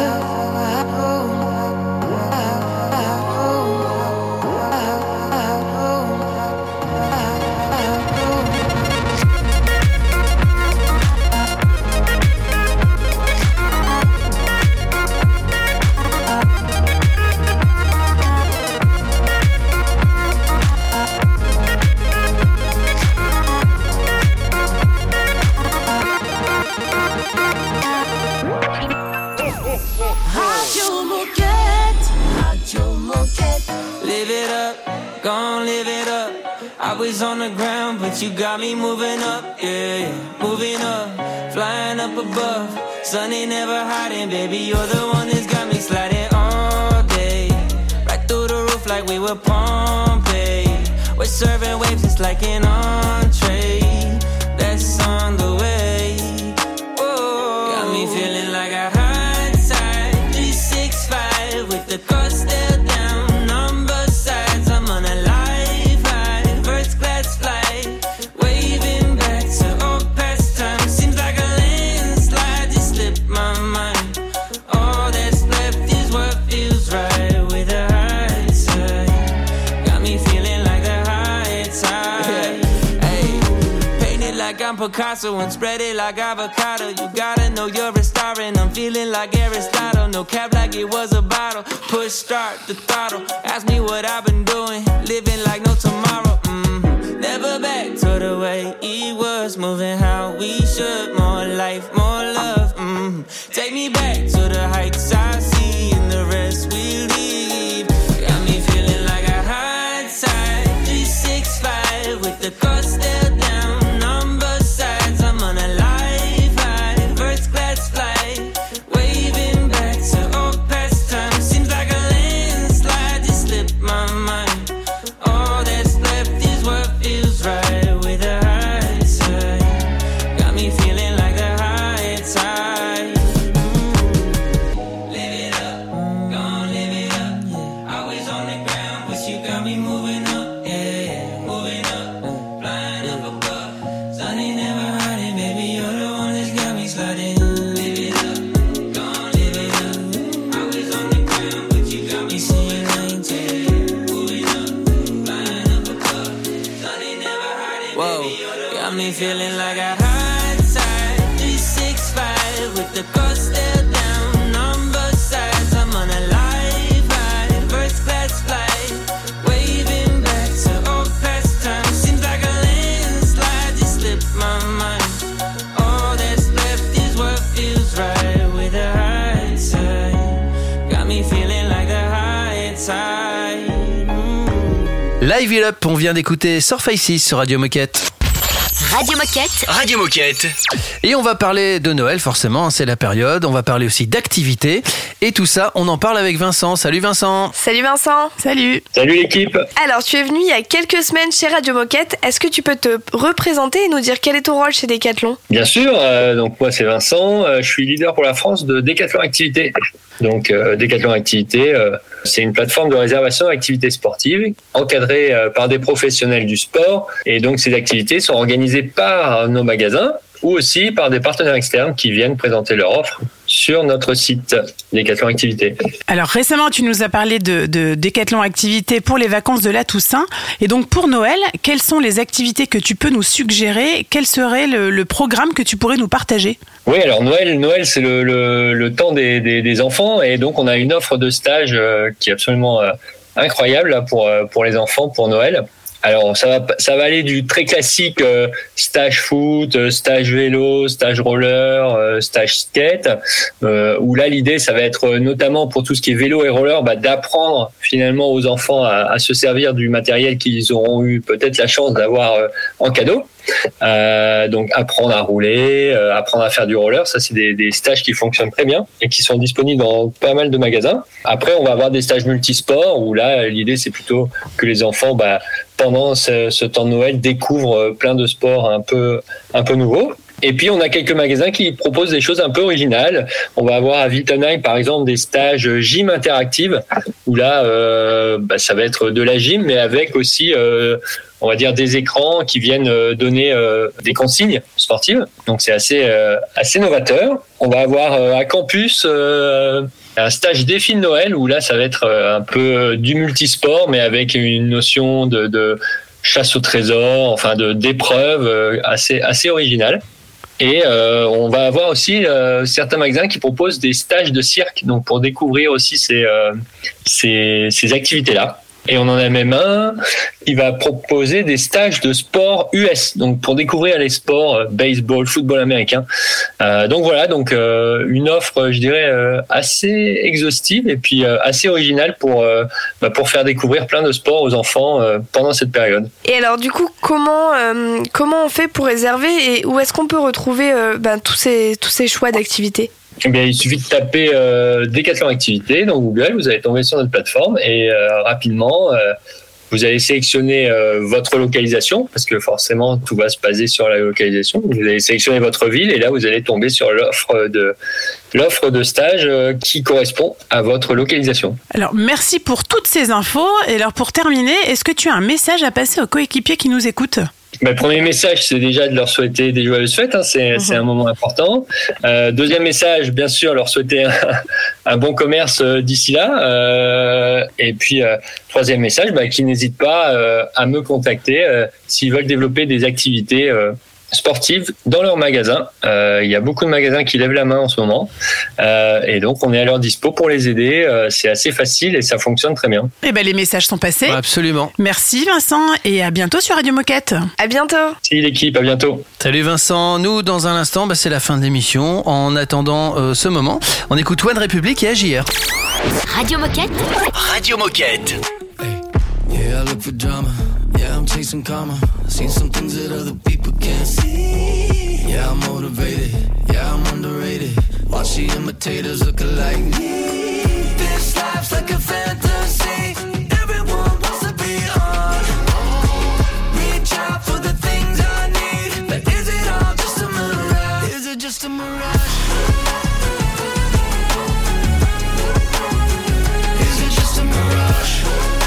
S13: live it up. I was on the ground, but you got me moving up, yeah, moving up, flying up above. Sun ain't never hiding, baby, you're the one that's got me sliding all day. Right through the roof like we were Pompeii. We're serving waves, it's like an entree. That's on the way. Whoa. Got me feeling like a high tide. three six five with the coast still down. Number sides, I'm on a life high. First class flight, waving back to old past time. Seems like a landslide just slipped my mind. All that's left is what feels right with a high tide. Got me feeling like the high tide. Hey, paint it like I'm Picasso and spread it like avocado. You gotta know you're a star and I'm feeling like Aristotle. No cap like it was a bottle. Push start the throttle. Ask me what I've been doing. Living like no tomorrow. Mm-hmm. Never back to the way it was. Moving how we should. More life, more love. Mm-hmm. Take me back to the heights I see and the rest we leave. Got me feeling like a high tide. three six five with the coast still down. Number sides, I'm on a life high. First class flight, waving back to old past time. Seems like a landslide just slipped my mind. All that's left is what feels right with a high tide. Got me feeling like a high tide. Mm. Live it up, gon' live it up. Yeah. Always on the ground, but you got me moving up. Yeah, moving up, flying up above. Sun ain't never hiding, baby. You're the one that's got me sliding. Live it up, gon' live it up. Always on the ground, but you got me seeing nineteen. Moving up, flying up above. Sun ain't never hiding, baby. You're the got me feeling like a high tide. three six five with the coast still down. Number sides, I'm on a life high. First class flight, waving back to old past time. Seems like a landslide just slipped my mind. All that's left is what feels right with a high tide. Got me feeling like the high tide.
S2: Live It Up, on vient d'écouter Surfaces sur Radio Moquette.
S5: Radio Moquette.
S2: Radio Moquette. Et on va parler de Noël, forcément, c'est la période. On va parler aussi d'activités. Et tout ça, on en parle avec Vincent. Salut Vincent.
S3: Salut Vincent.
S4: Salut.
S14: Salut l'équipe.
S3: Alors, tu es venu il y a quelques semaines chez Radio Moquette. Est-ce que tu peux te représenter et nous dire quel est ton rôle chez Decathlon ?
S14: Bien sûr, euh, donc moi c'est Vincent, euh, je suis leader pour la France de Decathlon Activité. Donc euh, Decathlon Activité, euh, c'est une plateforme de réservation d'activités sportives encadrée euh, par des professionnels du sport. Et donc ces activités sont organisées par nos magasins ou aussi par des partenaires externes qui viennent présenter leur offre sur notre site Decathlon Activité.
S4: Alors récemment, tu nous as parlé de, de Decathlon Activité pour les vacances de la Toussaint. Et donc pour Noël, quelles sont les activités que tu peux nous suggérer ? Quel serait le, le programme que tu pourrais nous partager ?
S14: Oui, alors Noël, Noël c'est le, le, le temps des, des, des enfants et donc on a une offre de stage euh, qui est absolument euh, incroyable là, pour, euh, pour les enfants pour Noël. Alors ça va ça va aller du très classique euh, stage foot, euh, stage vélo, stage roller, euh, stage skate, euh, où là l'idée ça va être euh, notamment pour tout ce qui est vélo et roller, bah, d'apprendre finalement aux enfants à, à se servir du matériel qu'ils auront eu peut-être la chance d'avoir euh, en cadeau. Euh, donc apprendre à rouler, euh, apprendre à faire du roller, ça c'est des, des stages qui fonctionnent très bien et qui sont disponibles dans pas mal de magasins. Après on va avoir des stages multisports où là l'idée c'est plutôt que les enfants bah, pendant ce, ce temps de Noël découvrent plein de sports un peu, un peu nouveaux. Et puis on a quelques magasins qui proposent des choses un peu originales. On va avoir à Wittenheim par exemple des stages gym interactive où là euh, bah, ça va être de la gym mais avec aussi euh, on va dire des écrans qui viennent donner euh, des consignes sportives. Donc c'est assez euh, assez novateur. On va avoir euh, à Campus euh, un stage défi de Noël où là ça va être euh, un peu du multisport mais avec une notion de, de chasse au trésor, enfin de d'épreuve euh, assez assez originale. Et euh, on va avoir aussi euh, certains magasins qui proposent des stages de cirque, donc pour découvrir aussi ces euh, ces, ces activités-là. Et on en a même un qui va proposer des stages de sport U S, donc pour découvrir les sports euh, baseball, football américain. Euh, donc voilà, donc euh, une offre, je dirais, euh, assez exhaustive et puis euh, assez originale pour euh, bah, pour faire découvrir plein de sports aux enfants euh, pendant cette période.
S3: Et alors du coup, comment euh, comment on fait pour réserver et où est-ce qu'on peut retrouver euh, ben, tous ces tous ces choix d'activités?
S14: Eh bien, il suffit de taper euh, Décathlon Activité dans Google, vous allez tomber sur notre plateforme et euh, rapidement, euh, vous allez sélectionner euh, votre localisation parce que forcément, tout va se baser sur la localisation. Vous allez sélectionner votre ville et là, vous allez tomber sur l'offre de, l'offre de stage euh, qui correspond à votre localisation.
S4: Alors, merci pour toutes ces infos. Et alors, pour terminer, est-ce que tu as un message à passer aux coéquipiers qui nous écoutent ?
S14: Le premier message, c'est déjà de leur souhaiter des joyeuses fêtes, hein, c'est, mmh. c'est un moment important. Euh, deuxième message, bien sûr, leur souhaiter un, un bon commerce euh, d'ici là. Euh, et puis, euh, troisième message, bah, qu'ils n'hésitent pas euh, à me contacter euh, s'ils veulent développer des activités euh, sportives dans leur magasin. Euh, il y a beaucoup de magasins qui lèvent la main en ce moment. Euh, et donc, on est à leur dispo pour les aider. Euh, c'est assez facile et ça fonctionne très bien.
S4: Eh ben, les messages sont passés.
S2: Ouais, absolument.
S4: Merci Vincent et à bientôt sur Radio Moquette.
S3: À bientôt.
S14: Salut l'équipe, à bientôt.
S2: Salut Vincent. Nous, dans un instant, bah, c'est la fin de l'émission. En attendant euh, ce moment, on écoute One République et A J R.
S5: Radio Moquette.
S9: Radio Moquette.
S11: Yeah, I look for drama. Yeah, I'm chasing karma. Seen some things that other people can't see. Yeah, I'm motivated. Yeah, I'm underrated. Watch the imitators look alike me. This life's like a fantasy. Everyone wants to be on. Reach out for the things I need. But is it all just a mirage? Is it just a mirage? Is it just a mirage?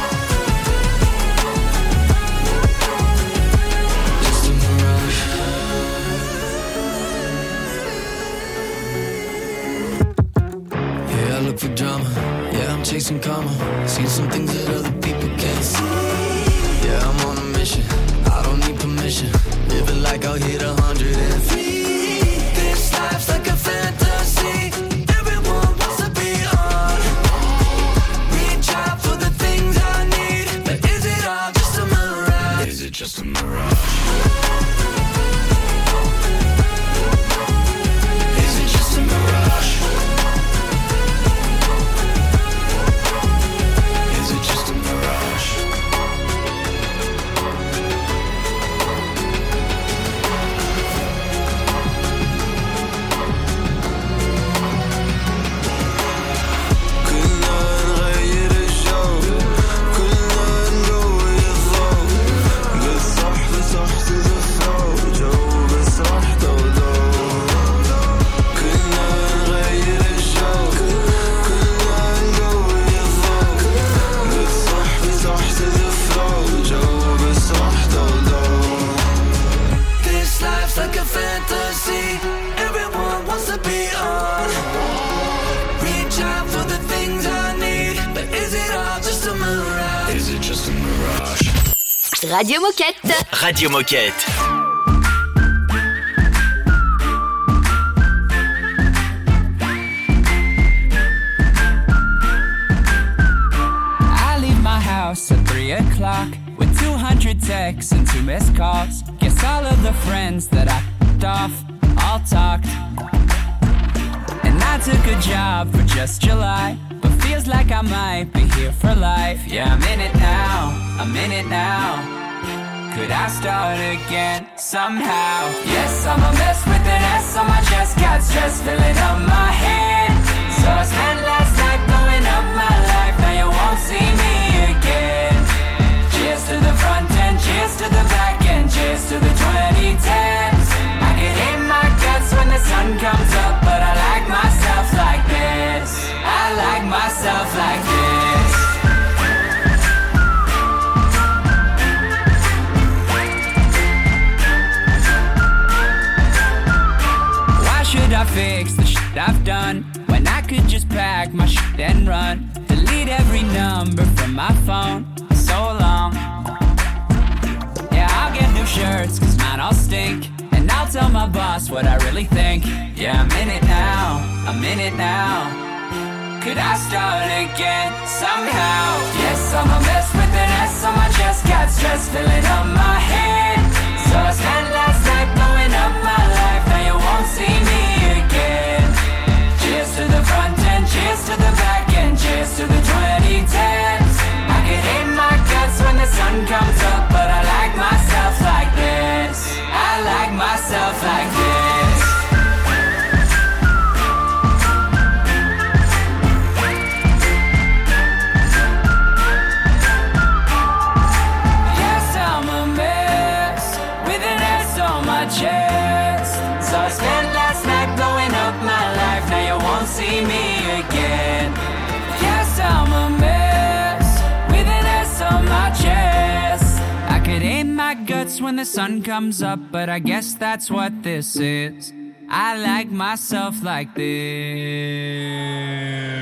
S11: Look for drama, yeah, I'm chasing karma. Seen some things that other people can't see. Yeah, I'm on a mission, I don't need permission. Living like I'll hit a hundred and three. This life's like a fantasy. Everyone wants to be on. Reach out for the things I need. But is it all just a mirage? Is it just a mirage? Is it just a mirage?
S5: Radio Moquette.
S9: Radio Moquette.
S15: I leave my house at three o'clock with two hundred texts and two missed calls. Guess all of the friends that I f***ed off all talked. And I took a job for just July, but feels like I might be here for life. Yeah, I'm in it now, I'm in it now. Could I start again somehow? Yes, I'm a mess with an S on my chest. Got stress filling up my head. So I spent last night blowing up my life. Now you won't see me again. Cheers to the front end, cheers to the back end, cheers to the twenty tens. I can hit my guts when the sun comes up, but I like myself like this. I like myself like this. Should I fix the shit I've done when I could just pack my shit and run? Delete every number from my phone. So long. Yeah, I'll get new shirts cause mine all stink. And I'll tell my boss what I really think. Yeah, I'm in it now, I'm in it now. could I start again somehow? Yes, I'm a mess with an S on my chest. Got stress filling up my head. So I spent last night blowing up my life. Now you won't see me again. Cheers to the front end, cheers to the back end, cheers to the twenty tens. I could hate my guts when the sun comes up, but I like myself like this. I like myself like this. Yes, I'm a mess with an S on my chest. So I spent last night blowing up my life. Now you won't see me again. Yes, I'm a mess with an S on my chest. I could hate my guts when the sun comes up, but I guess that's what this is. I like myself like this.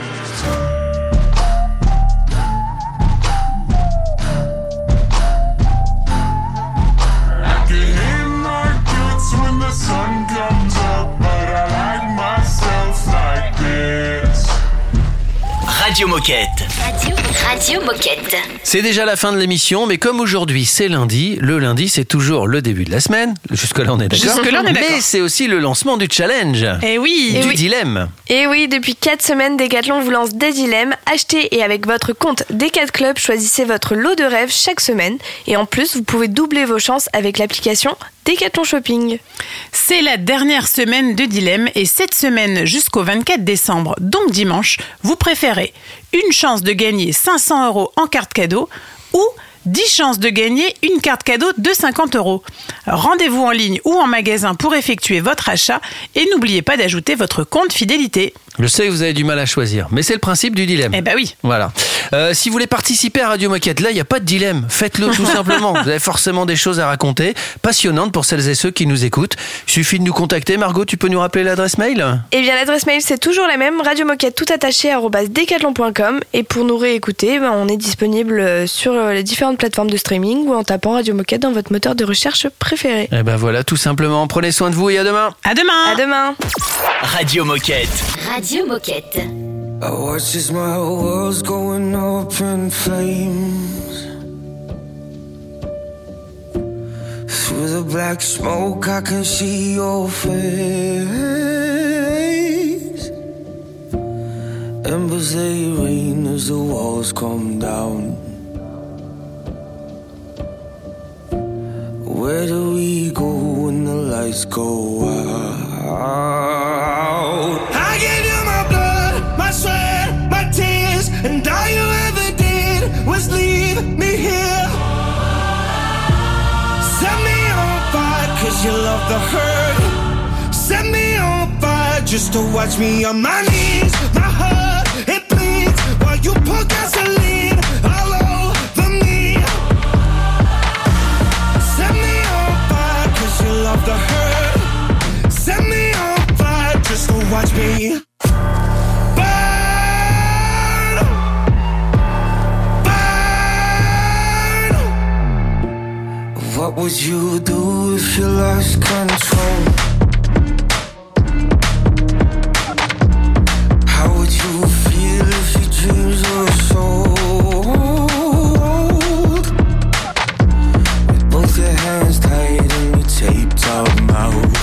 S16: I can hate my guts when the sun comes up, but I like myself like this.
S9: Radio Moquette.
S5: Radio, Radio Moquette.
S2: C'est déjà la fin de l'émission, mais comme aujourd'hui c'est lundi, le lundi c'est toujours le début de la semaine. Jusque-là on est d'accord.
S4: Jusque-là, on est d'accord.
S2: Mais c'est aussi le lancement du challenge.
S4: Eh oui.
S2: Du
S3: Eh oui.
S2: dilemme.
S3: Et oui, depuis quatre semaines, Decathlon vous lance des dilemmes. Achetez et avec votre compte Decat Club, choisissez votre lot de rêve chaque semaine. Et en plus, vous pouvez doubler vos chances avec l'application Decathlon Shopping.
S4: C'est la dernière semaine de dilemme et cette semaine jusqu'au vingt-quatre décembre, donc dimanche, vous préférez une chance de gagner cinq cents euros en carte cadeau ou dix chances de gagner une carte cadeau de cinquante euros. Rendez-vous en ligne ou en magasin pour effectuer votre achat et n'oubliez pas d'ajouter votre compte fidélité.
S2: Je sais que vous avez du mal à choisir, mais c'est le principe du dilemme.
S4: Eh ben oui.
S2: Voilà. Euh, si vous voulez participer à Radio Moquette, là, il n'y a pas de dilemme. Faites-le tout simplement. Vous avez forcément des choses à raconter, passionnantes pour celles et ceux qui nous écoutent. Il suffit de nous contacter. Margot, tu peux nous rappeler l'adresse mail ?
S3: Eh bien, l'adresse mail, c'est toujours la même, Radio Moquette tout attaché, arobase decathlon point com. Et pour nous réécouter, ben, on est disponible sur les différentes plateformes de streaming ou en tapant Radio Moquette dans votre moteur de recherche préféré.
S2: Eh ben voilà, tout simplement. Prenez soin de vous et à demain.
S4: À demain.
S3: À demain.
S9: Radio Moquette.
S5: Radio Moquette.
S11: I watch as my world's going up in flames. Through the black smoke I can see your face. Embers they rain as the walls come down. Where do we go when the lights go out? I gave you my blood, my sweat, my tears, and all you ever did was leave me here. Set me on fire cause you love the hurt. Set me on fire just to watch me on my knees. My heart, it bleeds while you pour gasoline all over me. Set me on fire cause you love the hurt. Set me on fire just to watch me burn, burn. What would you do if you lost control? How would you feel if your dreams were sold? With both your hands tied in your taped up mouth.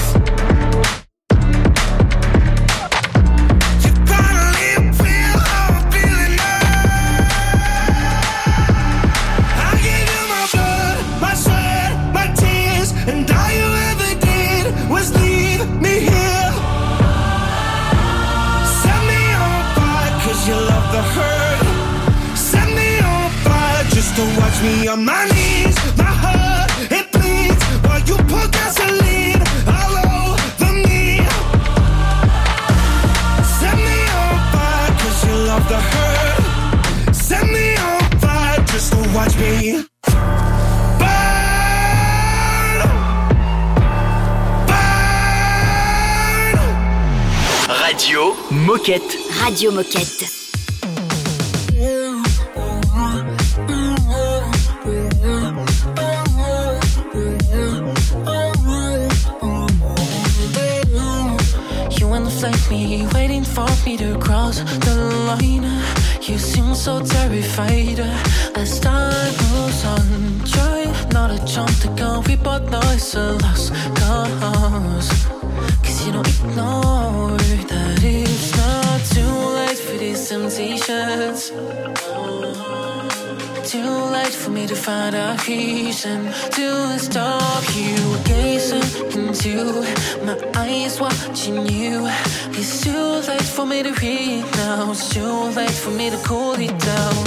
S11: To watch me on my knees, my heart, it bleeds while you pour gasoline all over me. Set me on fire cause you love the hurt. Set me on fire just to watch me burn, burn.
S9: Radio Moquette.
S5: Radio Moquette.
S17: Me, waiting for me to cross the fade as time moves on. Try not to jump the gun, we both know it's a lost cause. Cause you don't ignore that it's not too late for these temptations. Too late for me to find a reason to stop you. Gazing into my eyes, watching you. It's too late for me to read now. It's too late for me to cool it down.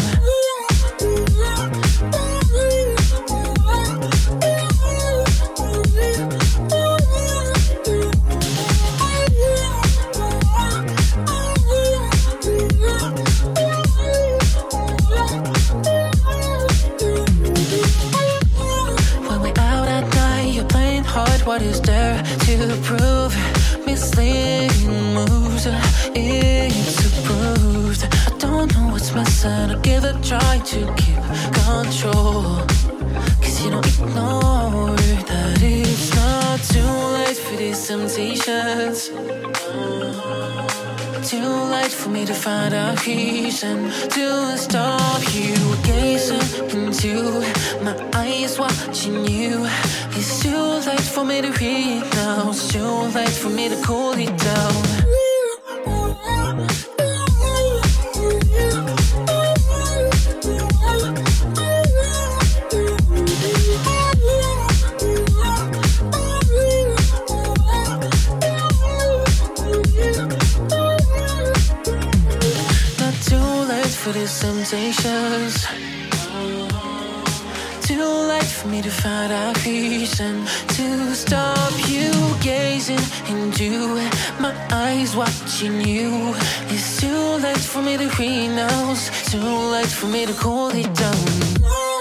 S17: What is there to prove? Misleading moves, it's approved. I don't know what's missing, I'll give it a try to keep control. Cause you don't ignore that it's not too late for these temptations. Too late for me to find a reason to stop you. Gazing into my eyes, watching you. It's too late for me to read now. It's too late for me to cool it down. For these temptations, too late for me to find a reason to stop you. Gazing into my eyes, watching you. It's too late for me to read now. It's too late for me to cool it down.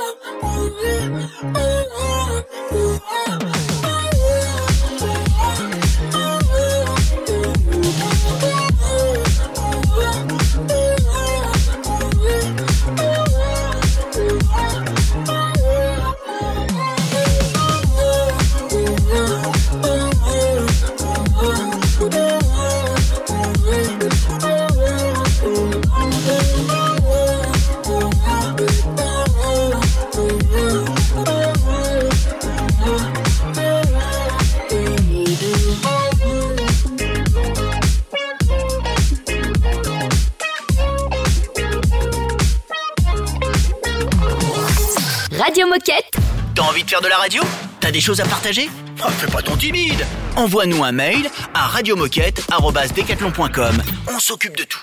S5: Radio Moquette.
S9: T'as envie de faire de la radio? T'as des choses à partager? Oh, fais pas ton timide. Envoie-nous un mail à radiomoquette arobase decathlon point com. On s'occupe de tout.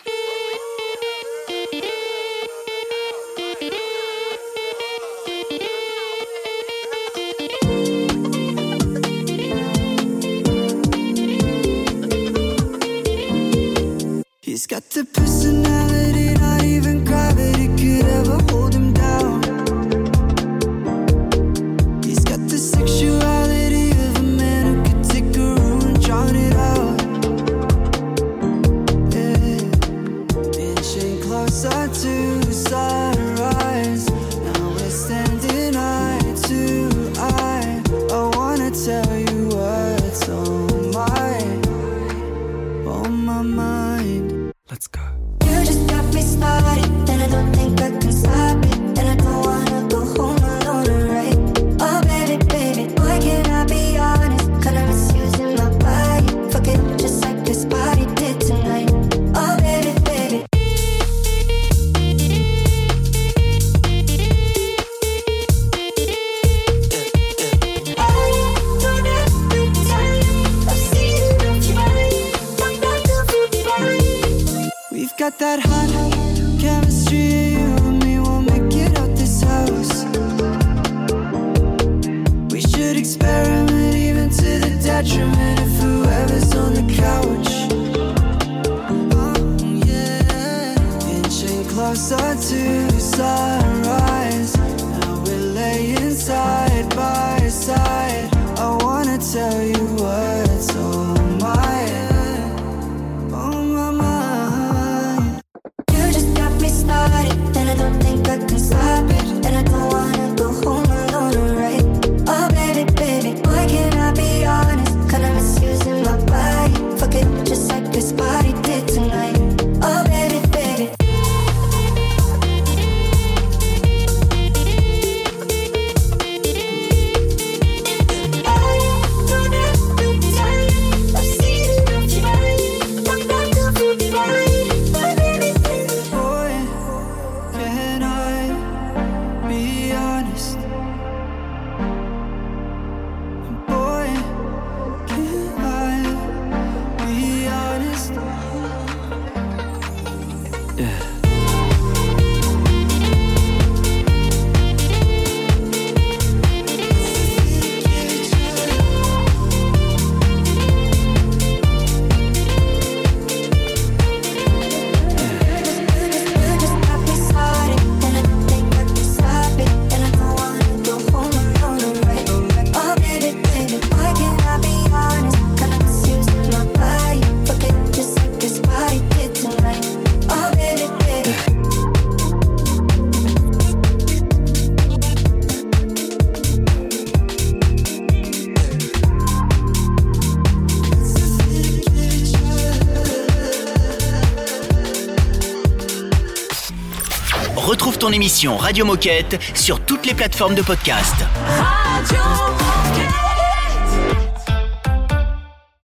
S11: He's got the personality, not even gravity could ever hold him down. He's got the sexuality of a man who could take a room and drown it out. Yeah. Inching closer to sunrise. Now we're standing eye to eye. I wanna tell you what's on my, on my mind. Let's go.
S18: You just got me started, and I don't think I can stop it. And I don't wanna go home alone, right? Oh baby, baby, why can't I be honest? Cause I'm misusing my body. Fuck it, just like this body did tonight. Oh baby, baby.
S11: We've got that hot chemistry, you and me won't make it out this house. We should experiment even to the detriment of whoever's on the couch. Oh yeah, inching closer to sunrise. Now we're laying side by side. I wanna tell you what's on my, on my mind.
S18: Started, and I don't think I can stop it. And I don't wanna go home alone, right? Oh baby, baby, why can't I be honest? Cause I'm misusing my body. Fuck it, just like this body did tonight. Oh baby, baby.
S9: ton émission Radio Moquette sur toutes les plateformes de podcast.
S10: Radio